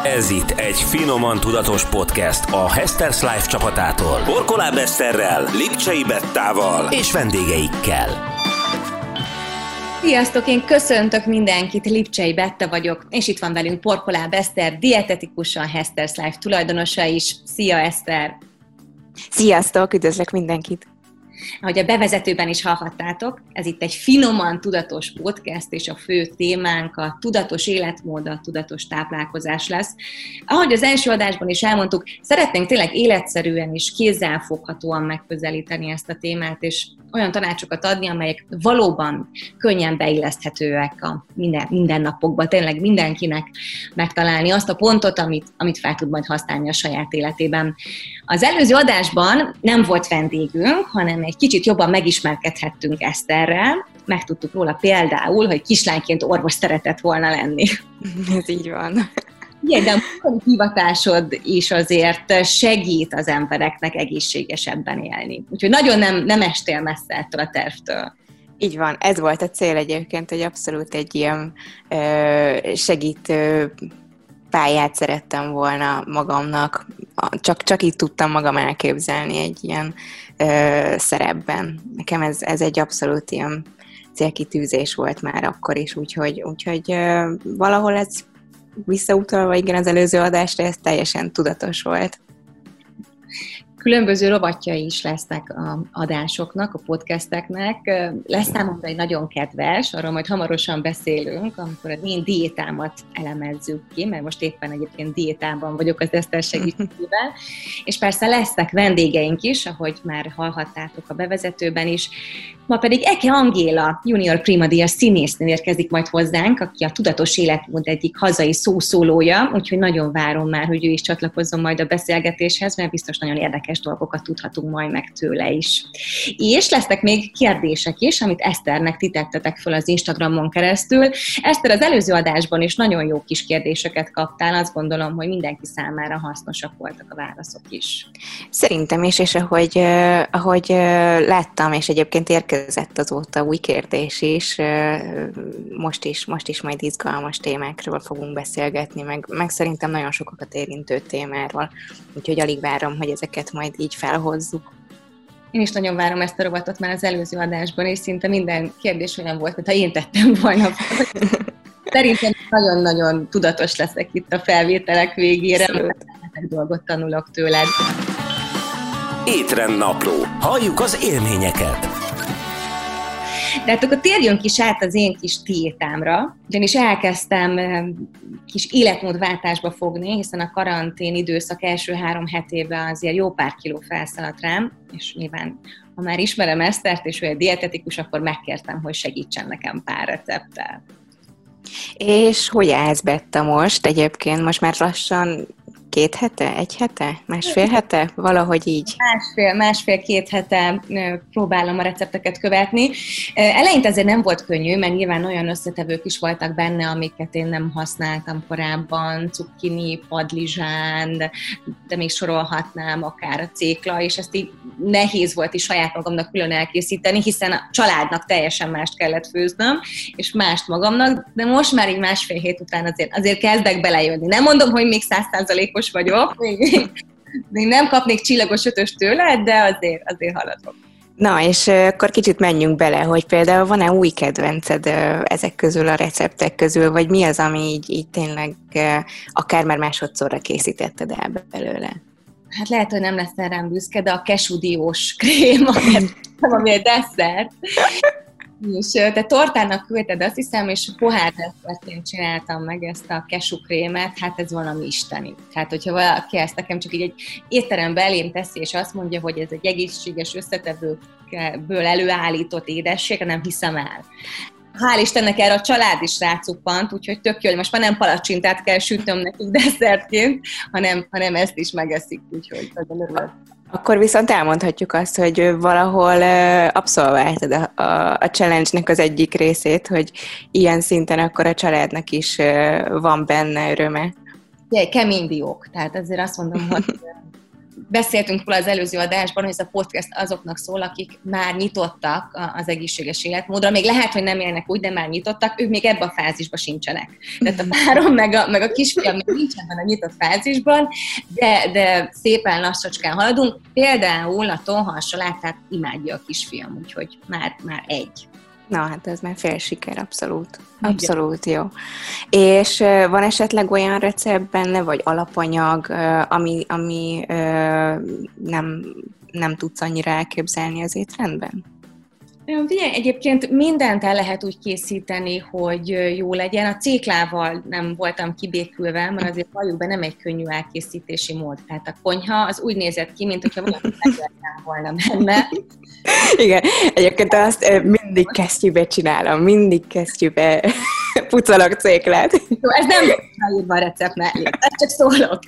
Ez itt egy finoman tudatos podcast a Hester's Life csapatától. Porkoláb Eszterrel, Lipcsei Bettával és vendégeikkel. Sziasztok, én köszöntök mindenkit, Lipcsei Betta vagyok, és itt van velünk Porkoláb Eszter, dietetikusan Hester's Life tulajdonosa is. Szia, Eszter! Sziasztok, üdvözlök mindenkit! Ahogy a bevezetőben is hallhattátok, ez itt egy finoman tudatos podcast, és a fő témánk a tudatos életmód, a tudatos táplálkozás lesz. Ahogy az első adásban is elmondtuk, szeretnénk tényleg életszerűen és kézzelfoghatóan megközelíteni ezt a témát, és olyan tanácsokat adni, amelyek valóban könnyen beilleszthetőek a mindennapokba, tényleg mindenkinek megtalálni azt a pontot, amit fel tud majd használni a saját életében. Az előző adásban nem volt vendégünk, hanem egy kicsit jobban megismerkedhettünk Eszterrel, megtudtuk róla például, hogy kislányként orvos szeretett volna lenni. Ez így van. Igen, de a munkai hivatásod is azért segít az embereknek egészségesebben élni. Úgyhogy nagyon nem estél messze ettől a tervtől. Így van, ez volt a cél egyébként, hogy abszolút egy ilyen segítő pályát szerettem volna magamnak, csak így tudtam magam elképzelni egy ilyen szerepben. Nekem ez egy abszolút ilyen célkitűzés volt már akkor is, úgyhogy valahol ez visszautalva, igen, az előző adásra, ez teljesen tudatos volt. Különböző rovatjai is lesznek az adásoknak, a podcasteknek. Lesz számomra egy nagyon kedves, arról majd hamarosan beszélünk, amikor az én diétámat elemezzük ki, mert most éppen egyébként diétában vagyok az Eszter segítségével, és persze lesznek vendégeink is, ahogy már hallhattátok a bevezetőben is. Ma pedig Eke Angéla, junior primadíjas színésznő érkezik majd hozzánk, aki a tudatos életmód egyik hazai szószólója, úgyhogy nagyon várom már, hogy ő is csatlakozzon majd a beszélgetéshez, mert biztos nagyon érdekes dolgokat tudhatunk majd meg tőle is. És lesznek még kérdések is, amit Eszternek ti tettetek föl az Instagramon keresztül. Eszter, az előző adásban is nagyon jó kis kérdéseket kaptál, azt gondolom, hogy mindenki számára hasznosak voltak a válaszok is. Szerintem is, és ahogy láttam, és egyébként érkezett azóta új kérdés is, most is majd izgalmas témákról fogunk beszélgetni, meg szerintem nagyon sokakat érintő témáról, úgyhogy alig várom, hogy ezeket majd így felhozzuk. Én is nagyon várom ezt a rovatot, mert az előző adásban és szinte minden kérdés olyan volt, mintha én tettem volna. Szerintem nagyon-nagyon tudatos leszek itt a felvételek végére, mert dolgot tanulok tőled. Étrendnapló. Halljuk az élményeket. De hát akkor térjünk is át az én kis diétámra, ugyanis elkezdtem kis életmódváltásba fogni, hiszen a karantén időszak első 3 hetében azért jó pár kiló felszaladt rám, és nyilván, ha már ismerem Esztert, és ő egy dietetikus, akkor megkértem, hogy segítsen nekem pár recepttel. És hogy állsz, Betta, most? Egyébként most már lassan 2 hete? 1 hete? Másfél hete? Valahogy így. Másfél-két hete próbálom a recepteket követni. Eleinte azért nem volt könnyű, mert nyilván olyan összetevők is voltak benne, amiket én nem használtam korábban, cukkini, padlizsán, de még sorolhatnám akár a cékla, és ezt így nehéz volt is saját magamnak külön elkészíteni, hiszen a családnak teljesen mást kellett főznöm, és mást magamnak, de most már így másfél hét után azért kezdek belejönni. Nem mondom, hogy még 100%-os vagyok, még nem kapnék csillagos 5-ös tőled, de azért haladok. Na, és akkor kicsit menjünk bele, hogy például van-e új kedvenced ezek közül, a receptek közül, vagy mi az, ami így tényleg akár már másodszorra készítetted el belőle? Hát lehet, hogy nem lesz rám büszke, de a kesudiós krém, ami egy desszert. És te tortának küldted, azt hiszem, és pohár desszertként csináltam meg ezt a kesukrémet, hát ez valami isteni. Tehát, hogyha valaki ezt nekem csak így egy étterembe elém teszi, és azt mondja, hogy ez egy egészséges összetevőkből előállított édesség, nem hiszem el. Hál' Istennek erre a család is rácuppant, úgyhogy tök jó, hogy most már nem palacsintát kell sütnöm nekik desszertként, hanem ezt is megeszik, úgyhogy nagyon örülök. Akkor viszont elmondhatjuk azt, hogy valahol abszolváltad a challenge-nek az egyik részét, hogy ilyen szinten akkor a családnak is van benne öröme. Kemény diók, tehát azért azt mondom, hogy beszéltünk róla az előző adásban, hogy ez a podcast azoknak szól, akik már nyitottak az egészséges életmódra. Még lehet, hogy nem élnek úgy, de már nyitottak, ők még ebben a fázisban sincsenek. Tehát a párom meg a kisfiam még nincs ebben a nyitott fázisban, de szépen lassacskán haladunk. Például a tonhalsalátát imádja a kisfiam, úgyhogy már egy. Na, hát ez már fél siker, abszolút. Abszolút jó. És van esetleg olyan recept benne, vagy alapanyag, ami nem tudsz annyira elképzelni az étrendben? Figyelj, egyébként mindent el lehet úgy készíteni, hogy jó legyen. A céklával nem voltam kibékülve, mert azért valljuk be, nem egy könnyű elkészítési mód. Tehát a konyha az úgy nézett ki, mint hogyha valaki meglettem volna benne. Igen, egyébként azt mindig kesztyűbe csinálom, mindig kesztyűbe pucolok céklát. Jó, ez nem írva a recept mellé, ezt csak szólok.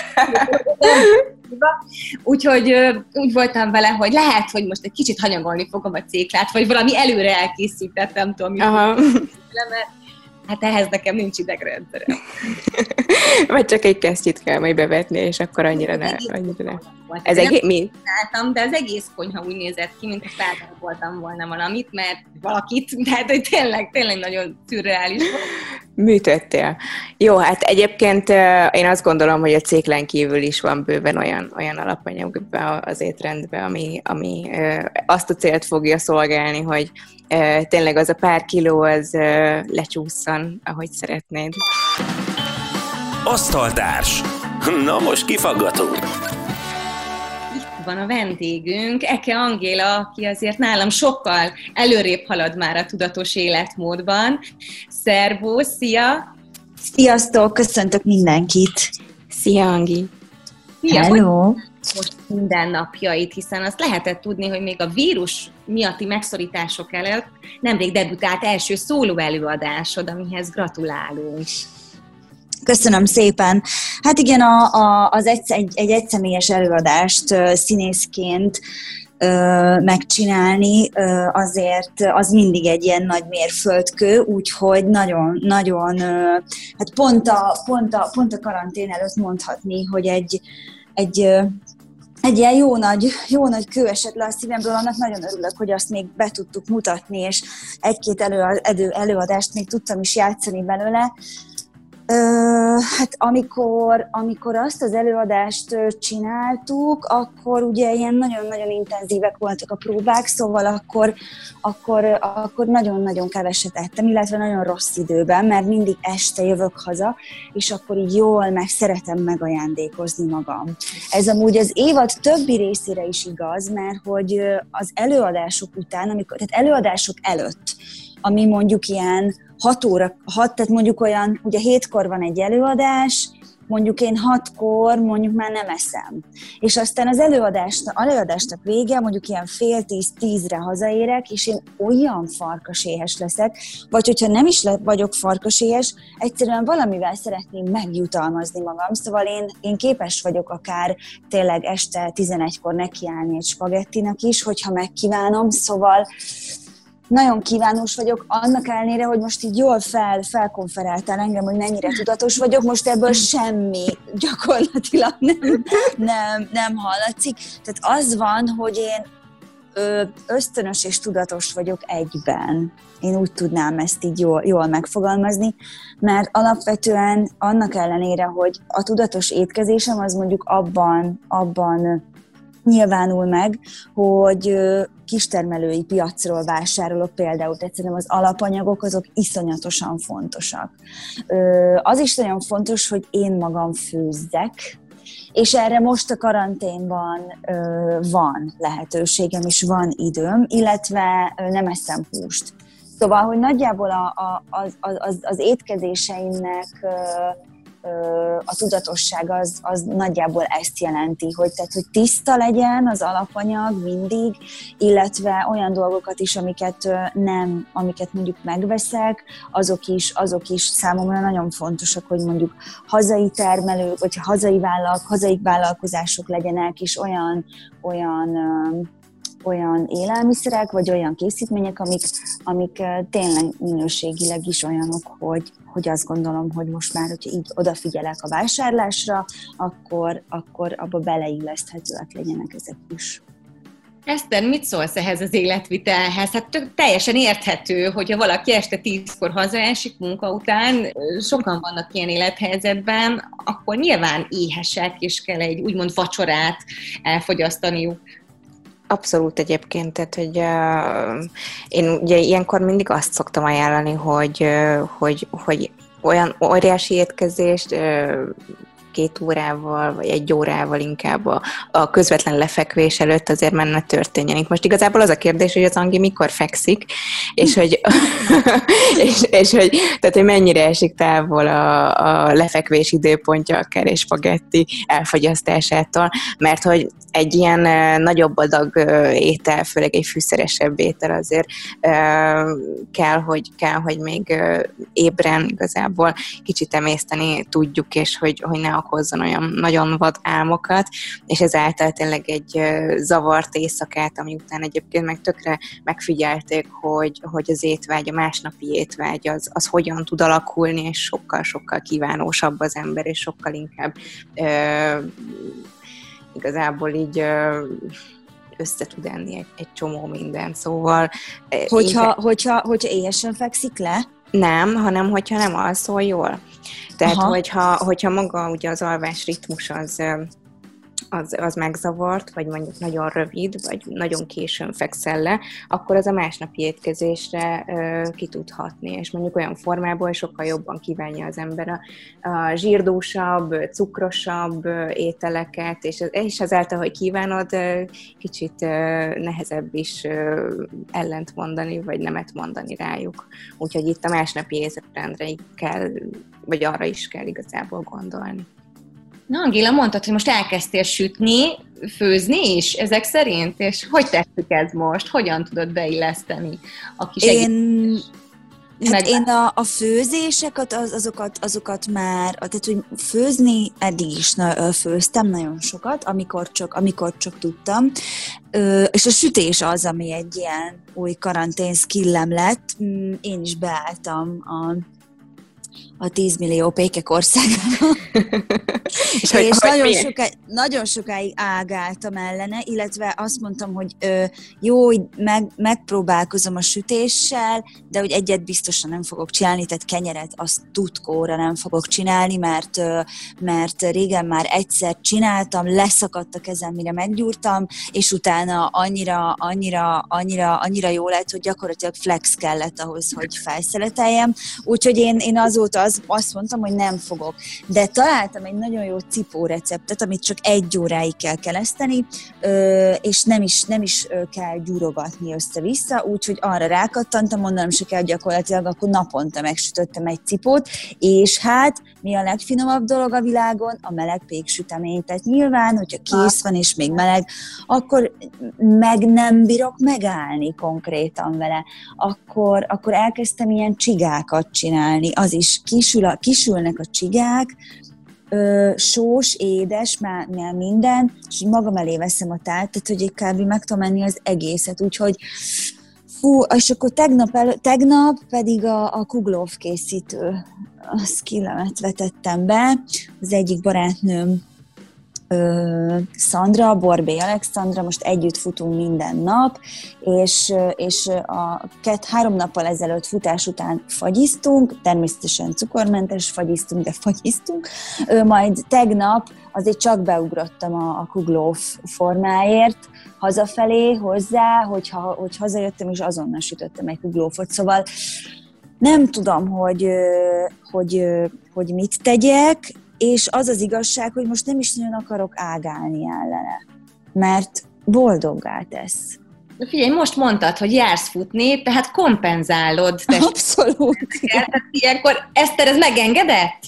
Úgyhogy úgy voltam vele, hogy lehet, hogy most egy kicsit hanyagolni fogom a céklát, vagy valami előre elkészített, nem tudom, mert hát ehhez nekem nincs idegrendszerem. Vagy csak egy kesztyűt kell majd bevetni, és akkor annyira ne. Ez mi? De az egész konyha úgy nézett ki, mint ha feldaraboltam volna valamit, mert valakit, tehát hogy tényleg nagyon szürreális volt. Műtöttél. Jó, hát egyébként én azt gondolom, hogy a céklen kívül is van bőven olyan alapanyag az étrendben, ami azt a célt fogja szolgálni, hogy tényleg az a pár kiló az lecsúszson, ahogy szeretnéd. Asztaltárs. Na most kifaggatunk. Itt van a vendégünk, Eke Angéla, aki azért nálam sokkal előrébb halad már a tudatos életmódban. Szervusz, szia! Sziasztok, köszöntök mindenkit! Szia, Angi! Szia, hello! Most mindennapjait, hiszen azt lehetett tudni, hogy még a vírus miatti megszorítások előtt nemrég debütált első szóló előadásod, amihez gratulálunk. Köszönöm szépen. Hát igen, egy egyszemélyes előadást színészként megcsinálni, azért az mindig egy ilyen nagy mérföldkő, úgyhogy nagyon, hát pont a karantén előtt mondhatni, hogy egy ilyen jó nagy kő esett le a szívemből, annak nagyon örülök, hogy azt még be tudtuk mutatni, és egy-két előadást még tudtam is játszani belőle. Hát amikor azt az előadást csináltuk, akkor ugye ilyen nagyon-nagyon intenzívek voltak a próbák, szóval akkor nagyon-nagyon keveset ettem, illetve nagyon rossz időben, mert mindig este jövök haza, és akkor így jól szeretem megajándékozni magam. Ez amúgy az évad többi részére is igaz, mert hogy az előadások után, tehát előadások előtt, ami mondjuk ilyen 6 óra, tehát mondjuk olyan, ugye 7-kor van egy előadás, mondjuk én 6-kor mondjuk már nem eszem. És aztán az előadásnak vége, mondjuk ilyen 9:30-10-re hazaérek, és én olyan farkaséhes leszek, vagy hogyha nem is vagyok farkaséhes, egyszerűen valamivel szeretném megjutalmazni magam. Szóval én képes vagyok akár tényleg este 11-kor nekiállni egy spagettinak is, hogyha megkívánom, szóval nagyon kívánós vagyok, annak ellenére, hogy most így jól felkonferáltál engem, hogy mennyire tudatos vagyok, most ebből semmi gyakorlatilag nem hallatszik. Tehát az van, hogy én ösztönös és tudatos vagyok egyben. Én úgy tudnám ezt így jól megfogalmazni, mert alapvetően annak ellenére, hogy a tudatos étkezésem az mondjuk abban nyilvánul meg, hogy kistermelői piacról vásárolok például, tehát szerintem az alapanyagok azok iszonyatosan fontosak. Az is nagyon fontos, hogy én magam főzzek, és erre most a karanténban van lehetőségem, és van időm, illetve nem eszem húst. Szóval, hogy nagyjából az étkezéseimnek a tudatosság az nagyjából ezt jelenti, hogy tiszta legyen az alapanyag mindig, illetve olyan dolgokat is, amiket mondjuk megveszek, azok is számomra nagyon fontosak, hogy mondjuk hazai termelők, vagy hazai vállalkozások legyenek, és olyan élelmiszerek, vagy olyan készítmények, amik tényleg minőségileg is olyanok, hogy hogy azt gondolom, hogy most már, hogyha így odafigyelek a vásárlásra, akkor abba beleilleszthetőek legyenek ezek is. Eszter, mit szólsz ehhez az életvitelhez? Hát teljesen érthető, hogyha valaki este 10-kor hazaesik munka után, sokan vannak ilyen élethelyzetben, akkor nyilván éhesek, és kell egy úgymond vacsorát elfogyasztaniuk. Abszolút egyébként, tehát, hogy én ugye ilyenkor mindig azt szoktam ajánlani, hogy olyan óriási étkezést 2 órával, vagy 1 órával inkább a közvetlen lefekvés előtt azért már ne történjen. Itt most igazából az a kérdés, hogy az Angi mikor fekszik, és hogy, tehát, hogy mennyire esik távol a lefekvés időpontja akár és spagetti elfogyasztásától, mert hogy egy ilyen nagyobb adag étel, főleg egy fűszeresebb étel azért kell, hogy még ébren igazából kicsit emészteni tudjuk, és hogy ne okozzon olyan nagyon vad álmokat, és ezáltal tényleg egy zavart éjszakát, ami után egyébként meg tökre megfigyelték, hogy az étvágy, a másnapi étvágy az hogyan tud alakulni, és sokkal-sokkal kívánósabb az ember, és sokkal inkább igazából össze tud enni egy csomó minden, szóval... Hogyha éhesen fekszik le? Nem, hanem hogyha nem alszol jól. Tehát, hogyha maga ugye az alvás ritmus az megzavart, vagy mondjuk nagyon rövid, vagy nagyon későn fekszel le, akkor az a másnapi étkezésre ki tud hatni, és mondjuk olyan formából sokkal jobban kívánja az ember a zsírdúsabb, cukrosabb ételeket, és azáltal, hogy kívánod, kicsit nehezebb is ellent mondani, vagy nemet mondani rájuk. Úgyhogy itt a másnapi étrendre kell, vagy arra is kell igazából gondolni. Na, Angéla, mondtad, hogy most elkezdtél sütni, főzni is ezek szerint, és hogy tetszik ez most? Hogyan tudod beilleszteni a kis én a főzéseket, azokat már, tehát hogy főzni eddig is főztem nagyon sokat, amikor csak tudtam, és a sütés az, ami egy ilyen új karantén skillem lett. Én is beálltam a 10 millió pékek országába. és nagyon sokáig ágáltam ellene, illetve azt mondtam, hogy jó, hogy megpróbálkozom a sütéssel, de hogy egyet biztosan nem fogok csinálni, tehát kenyeret azt tutkóra nem fogok csinálni, mert régen már egyszer csináltam, leszakadt a kezem, mire meggyúrtam, és utána annyira jó lett, hogy gyakorlatilag flex kellett ahhoz, hogy felszeleteljem. Úgyhogy én azóta azt mondtam, hogy nem fogok. De találtam egy nagyon jó cipó receptet, amit csak 1 óráig kell keleszteni, és nem is kell gyúrogatni össze-vissza, úgyhogy arra rákattantam, mondanom se kell gyakorlatilag, akkor naponta megsütöttem egy cipót, és hát mi a legfinomabb dolog a világon? A meleg péksütemény. Tehát nyilván, hogyha kész van és még meleg, akkor meg nem bírok megállni konkrétan vele. Akkor elkezdtem ilyen csigákat csinálni. Az is kisülnek a csigák, sós, édes, már minden, és magam elé veszem a tált, tehát hogy kb. Meg tudom enni az egészet, úgyhogy és akkor tegnap pedig a Kuglóf készítő skillemet vetettem be, az egyik barátnőm Szandra, Borbély Alexandra, most együtt futunk minden nap, és 3 nappal ezelőtt futás után fagyiztunk, természetesen cukormentes fagyiztunk, de fagyiztunk, majd tegnap azért csak beugrottam a Kuglóf formáért, hazafelé hozzá, hogy hazajöttem, és azonnal sütöttem egy Kuglófot, szóval nem tudom, hogy mit tegyek, és az az igazság, hogy most nem is nagyon akarok ágálni ellene, mert boldoggá tesz. Figyelj, most mondtad, hogy jársz futni, tehát kompenzálod. Abszolút. Tehát ilyenkor, Eszter, ez megengedett?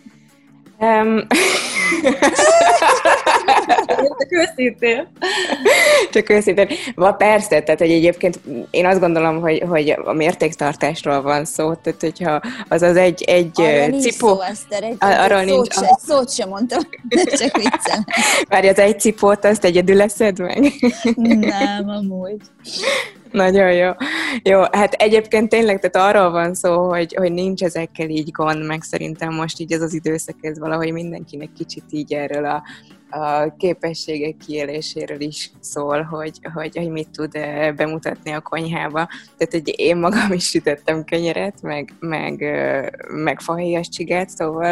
Csak őszintén. Persze, tehát hogy egyébként én azt gondolom, hogy a mértéktartásról van szó, tehát hogyha az egy cipó... Szó, Eszter, egy szót sem mondtam, csak viccel. Várj, az egy cipót, azt egyedül eszed meg? Nem, amúgy. Nagyon jó. Jó, hát egyébként tényleg, tehát arról van szó, hogy nincs ezekkel így gond, meg szerintem most így ez az időszak, ez valahogy mindenkinek kicsit így erről a képességek kiéléséről is szól, hogy mit tud bemutatni a konyhába. Tehát, hogy én magam is sütöttem kenyeret, meg fahéjas csigát, szóval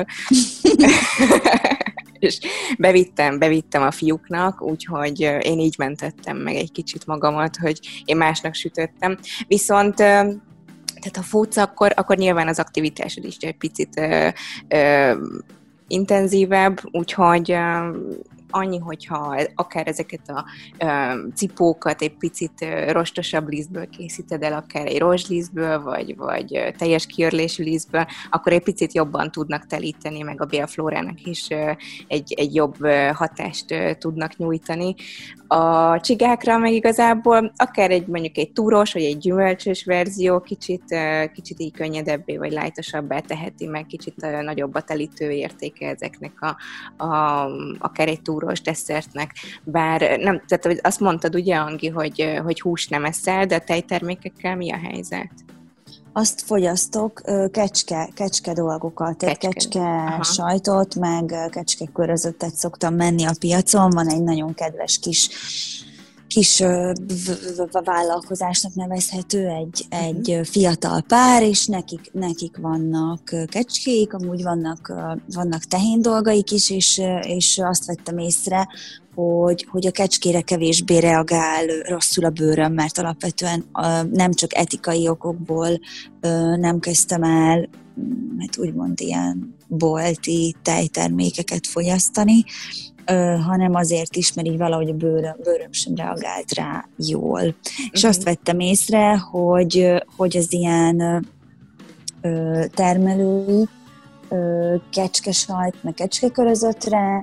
és bevittem a fiúknak, úgyhogy én így mentettem meg egy kicsit magamat, hogy én másnak sütöttem. Viszont tehát ha futsz, akkor nyilván az aktivitásod is egy picit intenzívebb, úgyhogy annyi, hogyha akár ezeket a cipókat egy picit rostosabb lisztből készíted el, akár egy rozslisztből, vagy teljes kiörlésű lisztből, akkor egy picit jobban tudnak telíteni, meg a bélflórának is egy jobb hatást tudnak nyújtani. A csigákra meg igazából akár mondjuk egy túros, vagy egy gyümölcsös verzió kicsit így könnyedebbé, vagy lightosabbá teheti, meg kicsit nagyobb a telítő értéke ezeknek akár egy túros desszertnek. Bár nem, tehát azt mondtad ugye, Angi, hogy húst nem eszel, de a tejtermékekkel mi a helyzet? Azt fogyasztok kecske dolgokat, tehát kecske sajtot, meg kecske körözöttet szoktam menni a piacon. Van egy nagyon kedves kis vállalkozásnak nevezhető egy fiatal pár, és nekik vannak kecskéik, amúgy vannak tehén dolgaik is, és azt vettem észre, hogy a kecskére kevésbé reagál rosszul a bőröm, mert alapvetően nem csak etikai okokból nem kezdtem el, hát úgymond ilyen bolti tejtermékeket fogyasztani, hanem azért is, mert így valahogy a bőröm sem reagált rá jól. Uh-huh. És azt vettem észre, hogy az ilyen termelői kecskesajt, meg kecskekörözöttre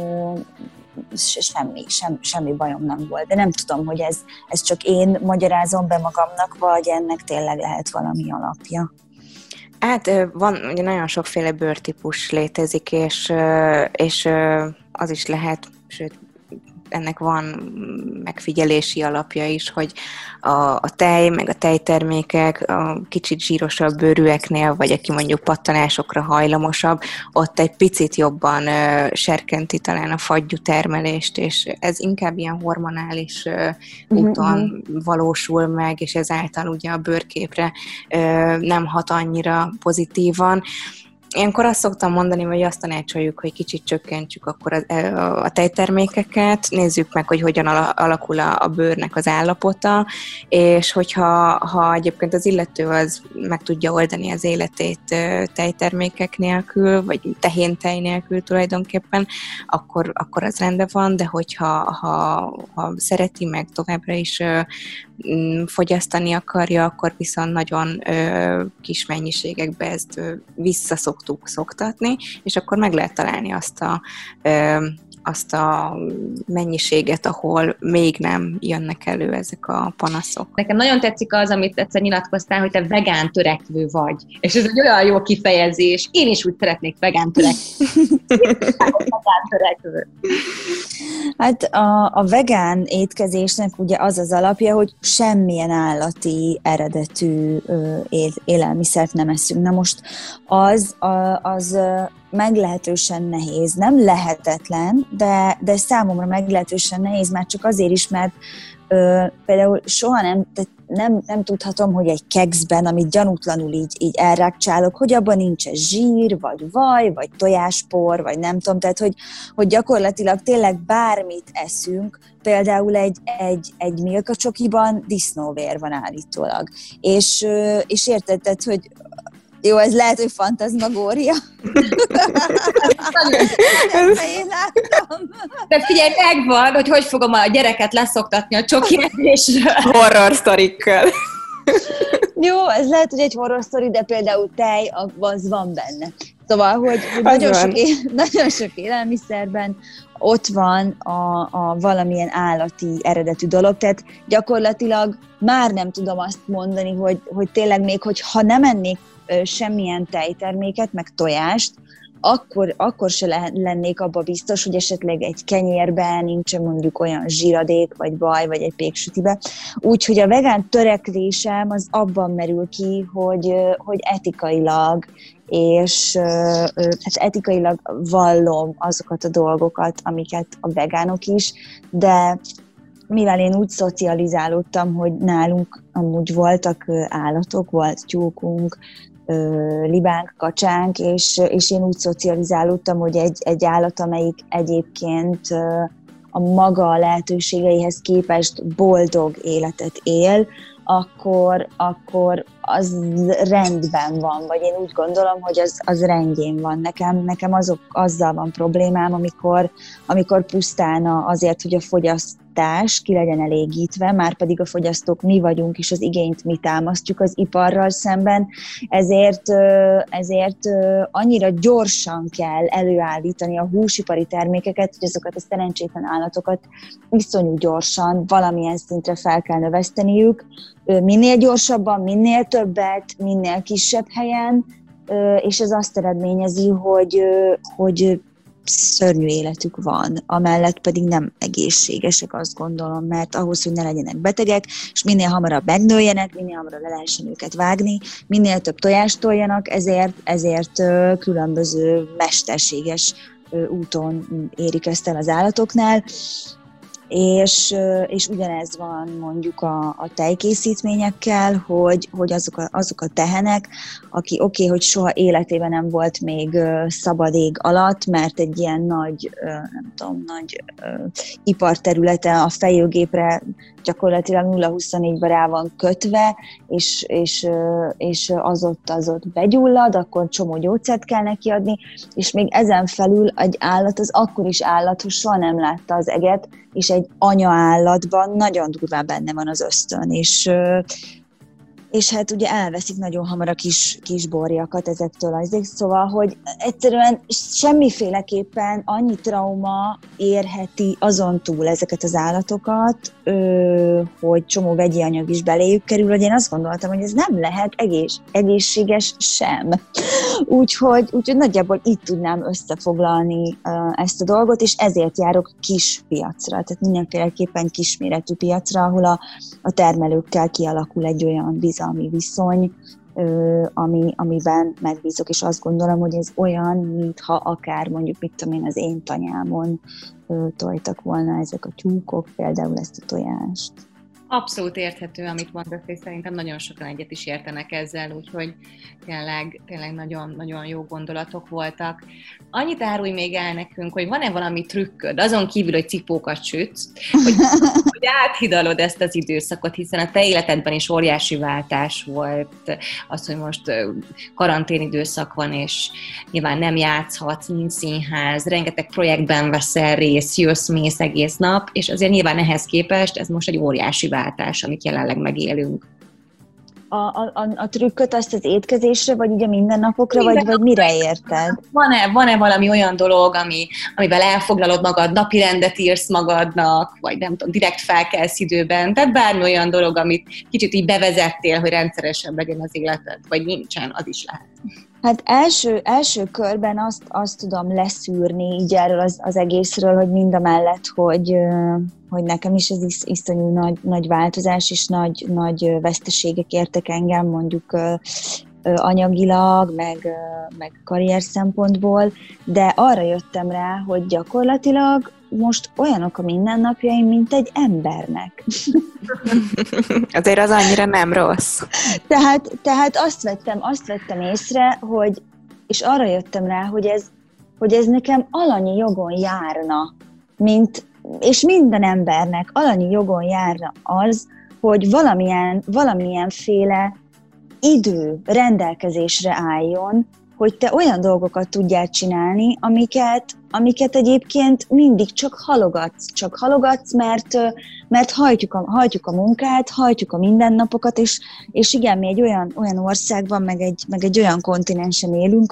semmi bajom nem volt. De nem tudom, hogy ez csak én magyarázom be magamnak, vagy ennek tényleg lehet valami alapja. Hát van, ugye nagyon sokféle bőrtípus létezik, és az is lehet, sőt, ennek van megfigyelési alapja is, hogy a tej, meg a tejtermékek a kicsit zsírosabb bőrűeknél, vagy aki mondjuk pattanásokra hajlamosabb, ott egy picit jobban serkenti talán a fagyú termelést, és ez inkább ilyen hormonális úton valósul meg, és ezáltal ugye a bőrképre nem hat annyira pozitívan. Ilyenkor azt szoktam mondani, hogy azt tanácsoljuk, hogy kicsit csökkentsük akkor a tejtermékeket, nézzük meg, hogy hogyan alakul a bőrnek az állapota, és hogyha egyébként az illető az meg tudja oldani az életét tejtermékek nélkül, vagy tehéntej nélkül tulajdonképpen, akkor az rendben van, de ha szereti meg továbbra is fogyasztani akarja, akkor viszont nagyon kis mennyiségekbe ezt visszaszoktuk szoktatni, és akkor meg lehet találni azt a mennyiséget, ahol még nem jönnek elő ezek a panaszok. Nekem nagyon tetszik az, amit egyszer nyilatkoztál, hogy te vegán törekvő vagy. És ez egy olyan jó kifejezés. Én is úgy szeretnék vegán törekvő. Hát a vegán étkezésnek ugye az az alapja, hogy semmilyen állati eredetű élelmiszert nem eszünk. Na most az meglehetősen nehéz. Nem lehetetlen, de számomra meglehetősen nehéz, már csak azért is, mert például soha nem tudhatom, hogy egy kekszben, amit gyanútlanul így elrákcsálok, hogy abban nincs zsír, vagy vaj, vagy tojáspor, vagy nem tudom, tehát hogy gyakorlatilag tényleg bármit eszünk, például egy Milka csokiban disznóvér van állítólag. És érted, tehát, hogy jó, ez lehet, hogy fantazmagória. Én láttam. De figyelj, megvan, hogy fogom a gyereket leszoktatni a csoki edzésről. Horror sztorikkal. Jó, ez lehet, hogy egy horror sztori, de például tej, az van benne. Szóval, hogy nagyon sok élelmiszerben ott van a valamilyen állati eredetű dolog, tehát gyakorlatilag már nem tudom azt mondani, hogy tényleg még, hogyha nem ennék semmilyen tejterméket, meg tojást, akkor se lennék abba biztos, hogy esetleg egy kenyérben nincsen mondjuk olyan zsíradék, vagy baj, vagy egy péksütibe. Úgyhogy a vegán törekvésem az abban merül ki, hogy etikailag, és hát etikailag vallom azokat a dolgokat, amiket a vegánok is, de mivel én úgy szocializálódtam, hogy nálunk amúgy voltak állatok, volt tyúkunk, libánk, kacsánk, és én úgy szocializálódtam, hogy egy állat, amelyik egyébként a maga lehetőségeihez képest boldog életet él, akkor az rendben van, vagy én úgy gondolom, hogy az rendjén van. Nekem azzal van problémám, amikor pusztán azért, hogy a fogyasztás ki legyen elégítve, már pedig a fogyasztók mi vagyunk, és az igényt mi támasztjuk az iparral szemben, ezért annyira gyorsan kell előállítani a húsipari termékeket, hogy azokat a szerencsétlen állatokat iszonyú gyorsan valamilyen szintre fel kell növeszteniük, minél gyorsabban, minél többet, minél kisebb helyen, és ez azt eredményezi, hogy szörnyű életük van, amellett pedig nem egészségesek, azt gondolom, mert ahhoz, hogy ne legyenek betegek, és minél hamarabb megnőjenek, minél hamarabb le lehessen őket vágni, minél több tojást toljanak, ezért különböző mesterséges úton érik ezt el az állatoknál, és ugyanez van mondjuk a tejkészítményekkel, hogy azok a tehenek, aki hogy soha életében nem volt még szabad ég alatt, mert egy ilyen nagy iparterülete a fejőgépre gyakorlatilag 0-24-ben rá van kötve, és az ott begyullad, akkor csomó gyógyszert kell neki adni, és még ezen felül egy állat az akkor is állat, hogy soha nem látta az eget, és egy anyaállatban nagyon durván benne van az ösztön, és hát ugye elveszik nagyon hamar a kis borjakat ezektől azért, szóval, hogy egyszerűen semmiféleképpen annyi trauma érheti azon túl ezeket az állatokat, hogy csomó vegyi anyag is beléjük kerül, hogy én azt gondoltam, hogy ez nem lehet egészséges sem. Úgyhogy nagyjából így tudnám összefoglalni ezt a dolgot, és ezért járok kis piacra, tehát mindenféleképpen kisméretű piacra, ahol a termelőkkel kialakul egy olyan bizalmi viszony, amiben megbízok, és azt gondolom, hogy ez olyan, mintha akár mondjuk, mit tudom én, az én tanyámon tojtak volna ezek a tyúkok, például ezt a tojást. Abszolút érthető, amit mondasz, és szerintem nagyon sokan egyet is értenek ezzel, úgyhogy tényleg nagyon jó gondolatok voltak. Annyit árulj még el nekünk, hogy van-e valami trükköd, azon kívül, hogy cipókat sütsz, hogy áthidalod ezt az időszakot, hiszen a te életedben is óriási váltás volt az, hogy most karanténidőszak van, és nyilván nem játszhatsz, nincs színház, rengeteg projektben veszel részt, jössz-mész egész nap, és azért nyilván ehhez képest ez most egy óriási váltás, amit jelenleg megélünk. A trükköt azt az étkezésre, vagy ugye mindennapokra, vagy mire érted? Van-e valami olyan dolog, amivel elfoglalod magad, napirendet írsz magadnak, vagy nem tudom, direkt felkelsz időben, tehát bármi olyan dolog, amit kicsit így bevezettél, hogy rendszeresebb legyen az életed, vagy nincsen, az is lehet. Hát első körben azt tudom leszűrni így erről az egészről, hogy mindamellett, hogy nekem is ez iszonyú nagy változás és nagy veszteségek értek engem, mondjuk anyagilag, meg karrier szempontból, de arra jöttem rá, hogy gyakorlatilag most olyanok a mindennapjaim, mint egy embernek. Azért az annyira nem rossz. Tehát azt vettem észre, és arra jöttem rá, hogy ez nekem alanyi jogon járna, és minden embernek alanyi jogon járna az, hogy valamilyenféle idő rendelkezésre álljon, hogy te olyan dolgokat tudjál csinálni, amiket egyébként mindig csak halogatsz, mert hajtjuk a munkát, hajtjuk a mindennapokat, és igen, mi egy olyan országban, meg egy olyan kontinensen élünk,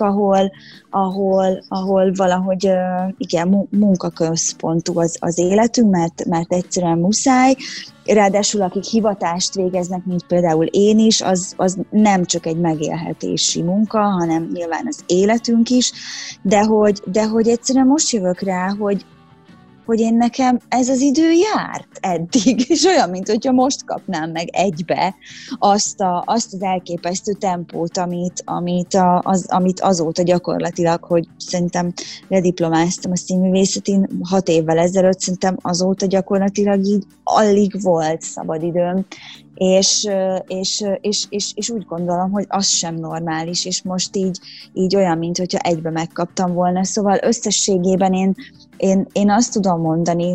ahol valahogy igen, munkaközpontú az életünk, mert egyszerűen muszáj, ráadásul akik hivatást végeznek, mint például én is, az nem csak egy megélhetési munka, hanem nyilván az életünk is, de hogy egyszerűen most jövök rá, hogy én nekem ez az idő járt eddig, és olyan, mint hogyha most kapnám meg egybe azt az elképesztő tempót, amit azóta gyakorlatilag, hogy szerintem lediplomáztam a színművészetén 6 évvel ezelőtt, szerintem azóta gyakorlatilag így alig volt szabadidőm, és úgy gondolom, hogy az sem normális, és most így olyan, mint hogyha egybe megkaptam volna. Szóval összességében én azt tudom mondani,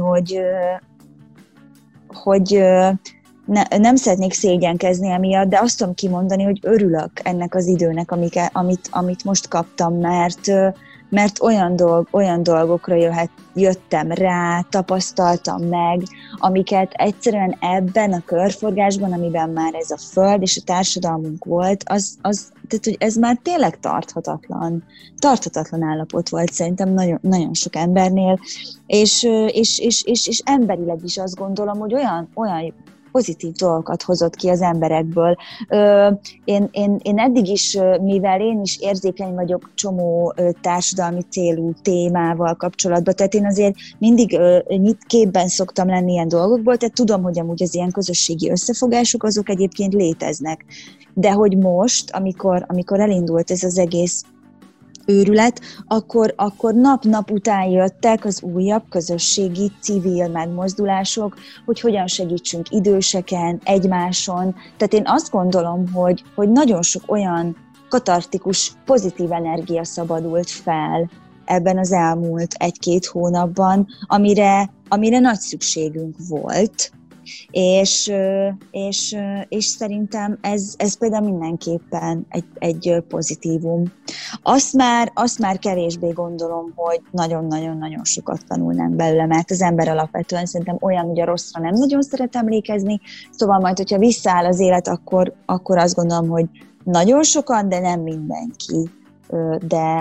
hogy nem szeretnék szégyenkezni emiatt, de azt tudom kimondani, hogy örülök ennek az időnek, amit most kaptam, mert olyan dolgokra jöttem rá, tapasztaltam meg, amiket egyszerűen ebben a körforgásban, amiben már ez a föld és a társadalmunk volt, tehát, hogy ez már tényleg tarthatatlan állapot volt szerintem nagyon sok embernél, és emberileg is azt gondolom, hogy olyan pozitív dolgokat hozott ki az emberekből. Én eddig is, mivel én is érzékeny vagyok csomó társadalmi célú témával kapcsolatban, tehát én azért mindig képben szoktam lenni ilyen dolgokból, tehát tudom, hogy amúgy az ilyen közösségi összefogások, azok egyébként léteznek. De hogy most, amikor elindult ez az egész őrület, akkor nap-nap után jöttek az újabb közösségi, civil megmozdulások, hogy hogyan segítsünk időseken, egymáson. Tehát én azt gondolom, hogy nagyon sok olyan katartikus, pozitív energia szabadult fel ebben az elmúlt 1-2 hónapban, amire nagy szükségünk volt. És szerintem ez például mindenképpen egy pozitívum. Azt már kevésbé gondolom, hogy nagyon-nagyon-nagyon sokat tanulnánk belőle, mert az ember alapvetően szerintem olyan, hogy a rosszra nem nagyon szeret emlékezni, szóval majd, hogyha visszaáll az élet, akkor azt gondolom, hogy nagyon sokan, de nem mindenki. De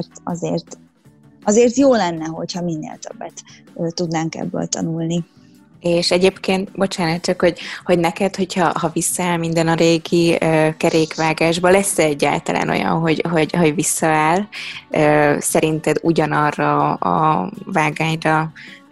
azért jó lenne, hogyha minél többet tudnánk ebből tanulni. És egyébként, bocsánat, csak, hogy neked, hogyha visszaáll minden a régi kerékvágásba, lesz egyáltalán olyan, hogy visszaáll, szerinted ugyanarra a vágányra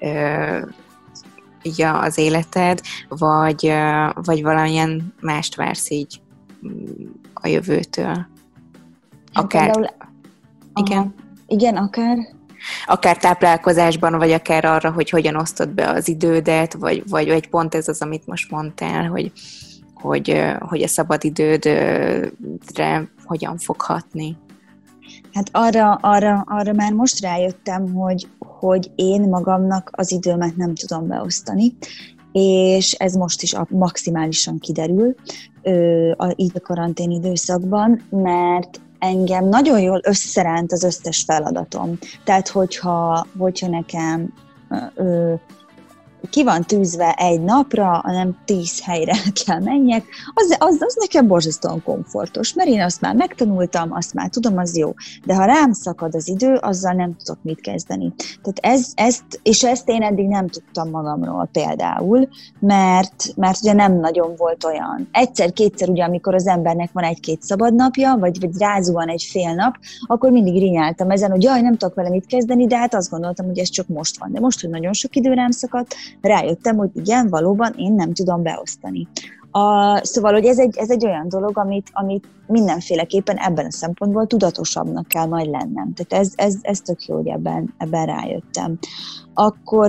így az életed, vagy valamilyen mást vársz így a jövőtől? Akár... Például, igen? Igen, akár... Akár táplálkozásban, vagy akár arra, hogy hogyan osztod be az idődet, vagy pont ez az, amit most mondtál, hogy a szabadidődre hogyan fog hatni. Hát arra már most rájöttem, hogy én magamnak az időmet nem tudom beosztani, és ez most is maximálisan kiderül így a karantén időszakban, mert engem nagyon jól összeránt az összes feladatom. Tehát, hogyha nekem ki van tűzve egy napra, hanem 10 helyre kell menjek, az nekem borzasztóan komfortos, mert én azt már megtanultam, azt már tudom, az jó. De ha rám szakad az idő, azzal nem tudok mit kezdeni. Tehát ezt én eddig nem tudtam magamról például, mert ugye nem nagyon volt olyan. Egyszer-kétszer ugye, amikor az embernek van 1-2 szabad napja, vagy rázuhan egy fél nap, akkor mindig rinyáltam ezen, hogy jaj, nem tudok vele mit kezdeni, de hát azt gondoltam, hogy ez csak most van. De most, hogy nagyon sok idő rám szakadt, rájöttem, hogy igen, valóban én nem tudom beosztani. Szóval, hogy ez egy olyan dolog, amit mindenféleképpen ebben a szempontból tudatosabbnak kell majd lennem. Tehát ez tök jó, hogy ebben rájöttem. Akkor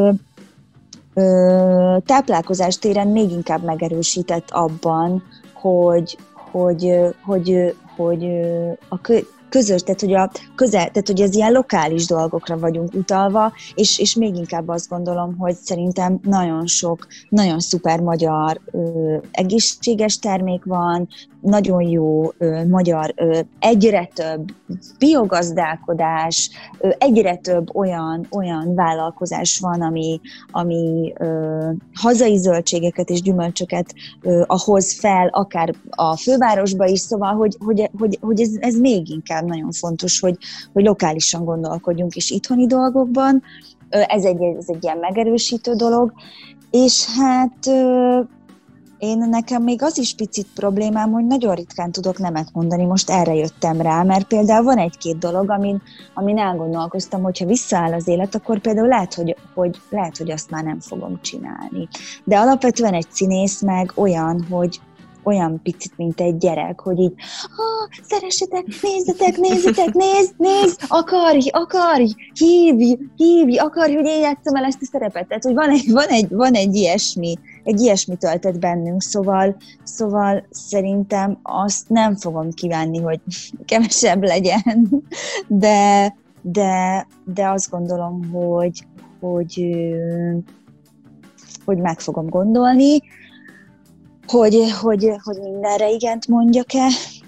táplálkozás téren még inkább megerősített abban, hogy a közös, tehát hogy az ilyen lokális dolgokra vagyunk utalva, és még inkább azt gondolom, hogy szerintem nagyon sok, nagyon szuper magyar egészséges termék van, nagyon jó magyar, egyre több biogazdálkodás, egyre több olyan vállalkozás van, ami hazai zöldségeket és gyümölcsöket hoz fel, akár a fővárosba is, szóval, hogy ez még inkább nagyon fontos, hogy lokálisan gondolkodjunk is itthoni dolgokban, Ez egy ilyen megerősítő dolog, és hát nekem még az is picit problémám, hogy nagyon ritkán tudok nemet mondani, most erre jöttem rá, mert például van egy-két dolog, amin elgondolkoztam, hogyha visszaáll az élet, akkor például lehet, hogy azt már nem fogom csinálni. De alapvetően egy színész meg olyan picit, mint egy gyerek, hogy így, szeressetek, nézzetek, nézd, akarj, hívj, akarj, hogy én játsszam el ezt a szerepet. Tehát, hogy van egy ilyesmi töltet bennünk, szóval szerintem azt nem fogom kívánni, hogy kevesebb legyen, de azt gondolom, hogy meg fogom gondolni, hogy mindenre igent mondjak-e,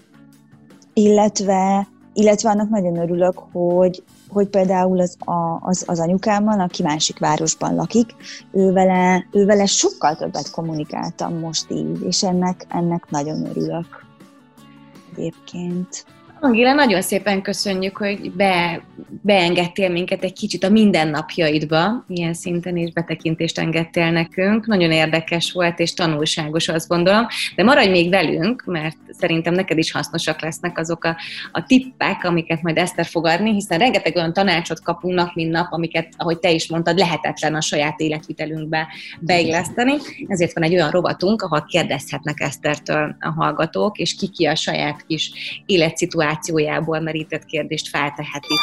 illetve annak nagyon örülök, hogy például az anyukámmal, aki másik városban lakik, ővele sokkal többet kommunikáltam most így, és ennek nagyon örülök egyébként. Angéla, nagyon szépen köszönjük, hogy beengedtél minket egy kicsit a mindennapjaidba, ilyen szinten is betekintést engedtél nekünk. Nagyon érdekes volt és tanulságos, azt gondolom, de maradj még velünk, mert szerintem neked is hasznosak lesznek azok a tippek, amiket majd Eszter fog adni, hiszen rengeteg olyan tanácsot kapunk nap, mint nap, amiket, ahogy te is mondtad, lehetetlen a saját életvitelünkbe beilleszteni. Ezért van egy olyan rovatunk, ahol kérdezhetnek Esztertől a hallgatók, és ki a saját kis életszituációjából merített kérdést felteheti.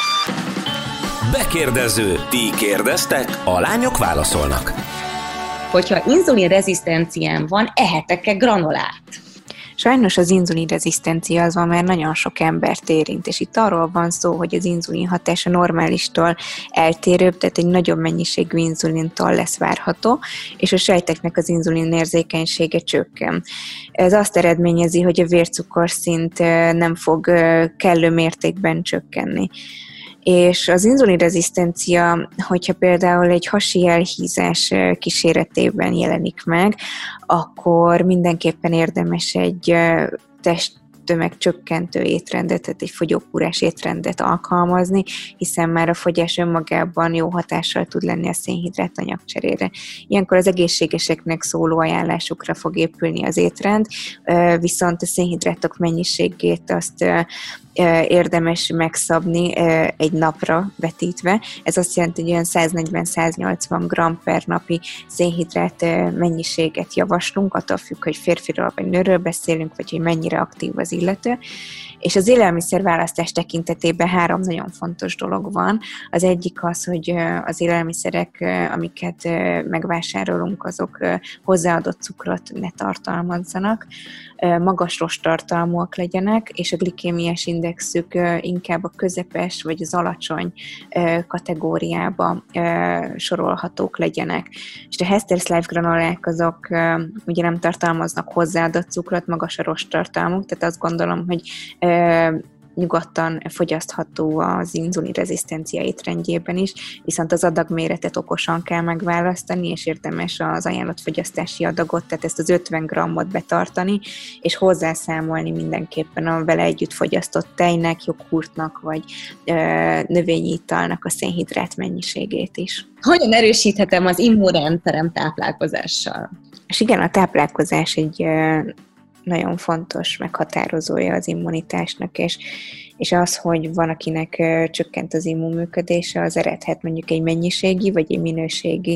Bekérdező. Ti kérdeztek, a lányok válaszolnak. Hogyha inzulinrezisztenciám van, ehetek-e granolát? Sajnos az inzulinrezisztencia az van, mert nagyon sok embert érint, és itt arról van szó, hogy az inzulin hatása normálistól eltérőbb, tehát egy nagyobb mennyiségű inzulintól lesz várható, és a sejteknek az inzulin érzékenysége csökken. Ez azt eredményezi, hogy a vércukorszint nem fog kellő mértékben csökkenni. És az inzulinrezisztencia, hogyha például egy hasi elhízás kíséretében jelenik meg, akkor mindenképpen érdemes egy testtömegcsökkentő étrendet, tehát egy fogyókúrás étrendet alkalmazni, hiszen már a fogyás önmagában jó hatással tud lenni a szénhidrát anyagcserére. Ilyenkor az egészségeseknek szóló ajánlásokra fog épülni az étrend, viszont a szénhidrátok mennyiségét azt érdemes megszabni egy napra vetítve. Ez azt jelenti, hogy olyan 140-180 g per napi szénhidrát mennyiséget javaslunk, attól függ, hogy férfiról vagy nőről beszélünk, vagy hogy mennyire aktív az illető. És az élelmiszerválasztás tekintetében 3 nagyon fontos dolog van. Az egyik az, hogy az élelmiszerek, amiket megvásárolunk, azok hozzáadott cukrot ne tartalmazzanak, magas rosttartalmúak legyenek, és a glikémiás indexük inkább a közepes vagy az alacsony kategóriába sorolhatók legyenek. És a Hester's Life granulák azok ugye nem tartalmaznak hozzáadott cukrot, magas a rosttartalmuk, tehát azt gondolom, hogy nyugodtan fogyasztható az inzulinrezisztencia étrendjében is, viszont az adagméretet okosan kell megválasztani, és érdemes az ajánlott fogyasztási adagot, tehát ezt az 50 g-ot betartani, és hozzászámolni mindenképpen a vele együtt fogyasztott tejnek, joghurtnak, vagy növényi italnak a szénhidrát mennyiségét is. Hogyan erősíthetem az immunrendszerem táplálkozással? És igen, a táplálkozás egy nagyon fontos meghatározója az immunitásnak, és az, hogy van, akinek csökkent az immunműködése, az eredhet mondjuk egy mennyiségi vagy egy minőségi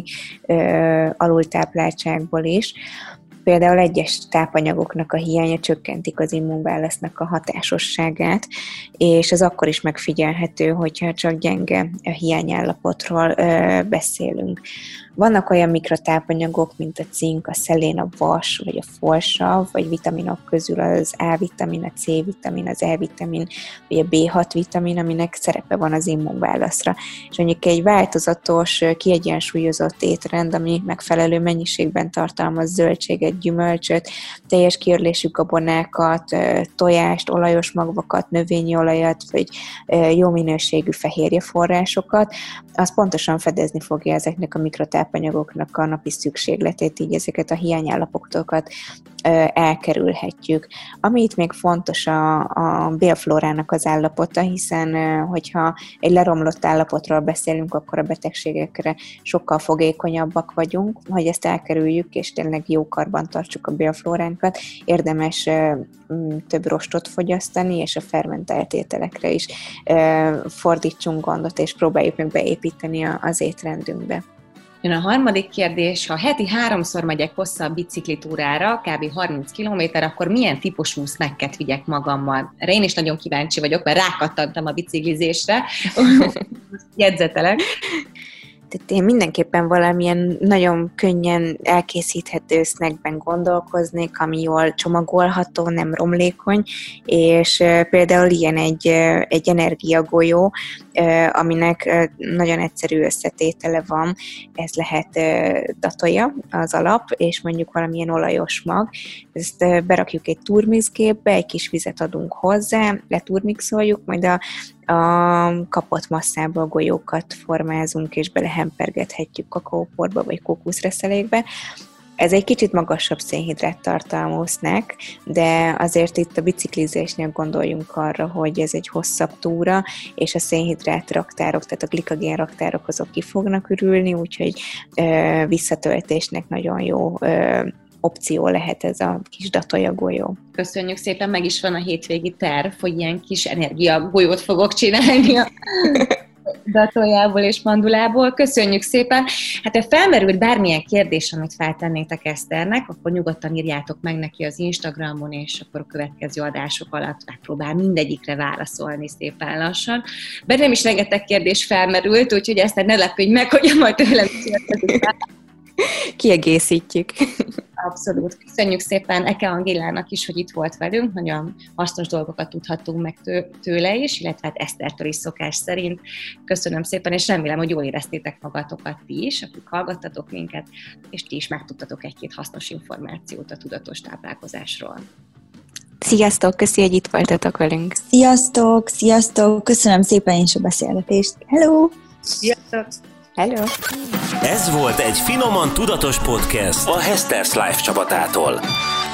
alultápláltságból is. Például egyes tápanyagoknak a hiánya csökkentik az immunválasznak a hatásosságát, és ez akkor is megfigyelhető, hogyha csak gyenge hiányállapotról beszélünk. Vannak olyan mikrotápanyagok, mint a cink, a szelén, a vas, vagy a folsav, vagy vitaminok közül az A-vitamin, a C-vitamin, az E-vitamin, vagy a B6 vitamin, aminek szerepe van az immunválaszra. És mondjuk egy változatos, kiegyensúlyozott étrend, ami megfelelő mennyiségben tartalmaz zöldséget, gyümölcsöt, teljes kiörlésű gabonákat, tojást, olajos magvakat, növényi olajat, vagy jó minőségű fehérjeforrásokat, az pontosan fedezni fogja ezeknek a mikrotápanyagoknak a napi szükségletét, így ezeket a hiányállapotokat elkerülhetjük. Ami itt még fontos a bélflórának az állapota, hiszen hogyha egy leromlott állapotról beszélünk, akkor a betegségekre sokkal fogékonyabbak vagyunk, hogy ezt elkerüljük, és tényleg jó karban tartsuk a bélflóránkat, érdemes több rostot fogyasztani, és a fermentált ételekre is fordítsunk gondot, és próbáljuk meg beépíteni az étrendünkbe. Jön a harmadik kérdés, ha heti 3-szor megyek hosszabb biciklitúrára, kb. 30 km, akkor milyen típusú snacket vigyek magammal? Erre én is nagyon kíváncsi vagyok, mert rákattantam a biciklizésre. Jegyzetelek. Tehát én mindenképpen valamilyen nagyon könnyen elkészíthető snackben gondolkoznék, ami jól csomagolható, nem romlékony, és például ilyen egy energiagolyó, aminek nagyon egyszerű összetétele van, ez lehet datolja az alap, és mondjuk valamilyen olajos mag. Ezt berakjuk egy turmixgépbe, egy kis vizet adunk hozzá, leturmixoljuk, majd a kapott masszából golyókat formázunk, és belehempergethetjük kakaóporba vagy kókuszreszelékbe. Ez egy kicsit magasabb szénhidrát tartalmú snack, de azért itt a biciklizésnél gondoljunk arra, hogy ez egy hosszabb túra, és a szénhidrát raktárok, tehát a glikogén raktárok azok ki fognak ürülni, úgyhogy visszatöltésnek nagyon jó opció lehet ez a kis datolja golyó. Köszönjük szépen, meg is van a hétvégi terv, hogy ilyen kis energiagolyót fogok csinálni a datoljából és mandulából. Köszönjük szépen! Hát ha felmerült bármilyen kérdés, amit feltennétek Eszternek, akkor nyugodtan írjátok meg neki az Instagramon, és akkor a következő adások alatt megpróbál mindegyikre válaszolni szépen lassan. Bennem is rengeteg kérdés felmerült, úgyhogy Eszter, ne lepődj meg, hogy majd tőlem kérdezik. Kiegészítjük. Abszolút. Köszönjük szépen Eke Angélának is, hogy itt volt velünk. Nagyon hasznos dolgokat tudhattunk meg tőle is, illetve hát Esztertől is szokás szerint. Köszönöm szépen, és remélem, hogy jól éreztétek magatokat ti is, akik hallgattatok minket, és ti is megtudtatok egy-két hasznos információt a tudatos táplálkozásról. Sziasztok, köszi, hogy itt voltatok velünk. Sziasztok, köszönöm szépen is a beszélgetést. Hello! Sziasztok! Hello! Ez volt egy finoman tudatos podcast a Hester's Life csapatától.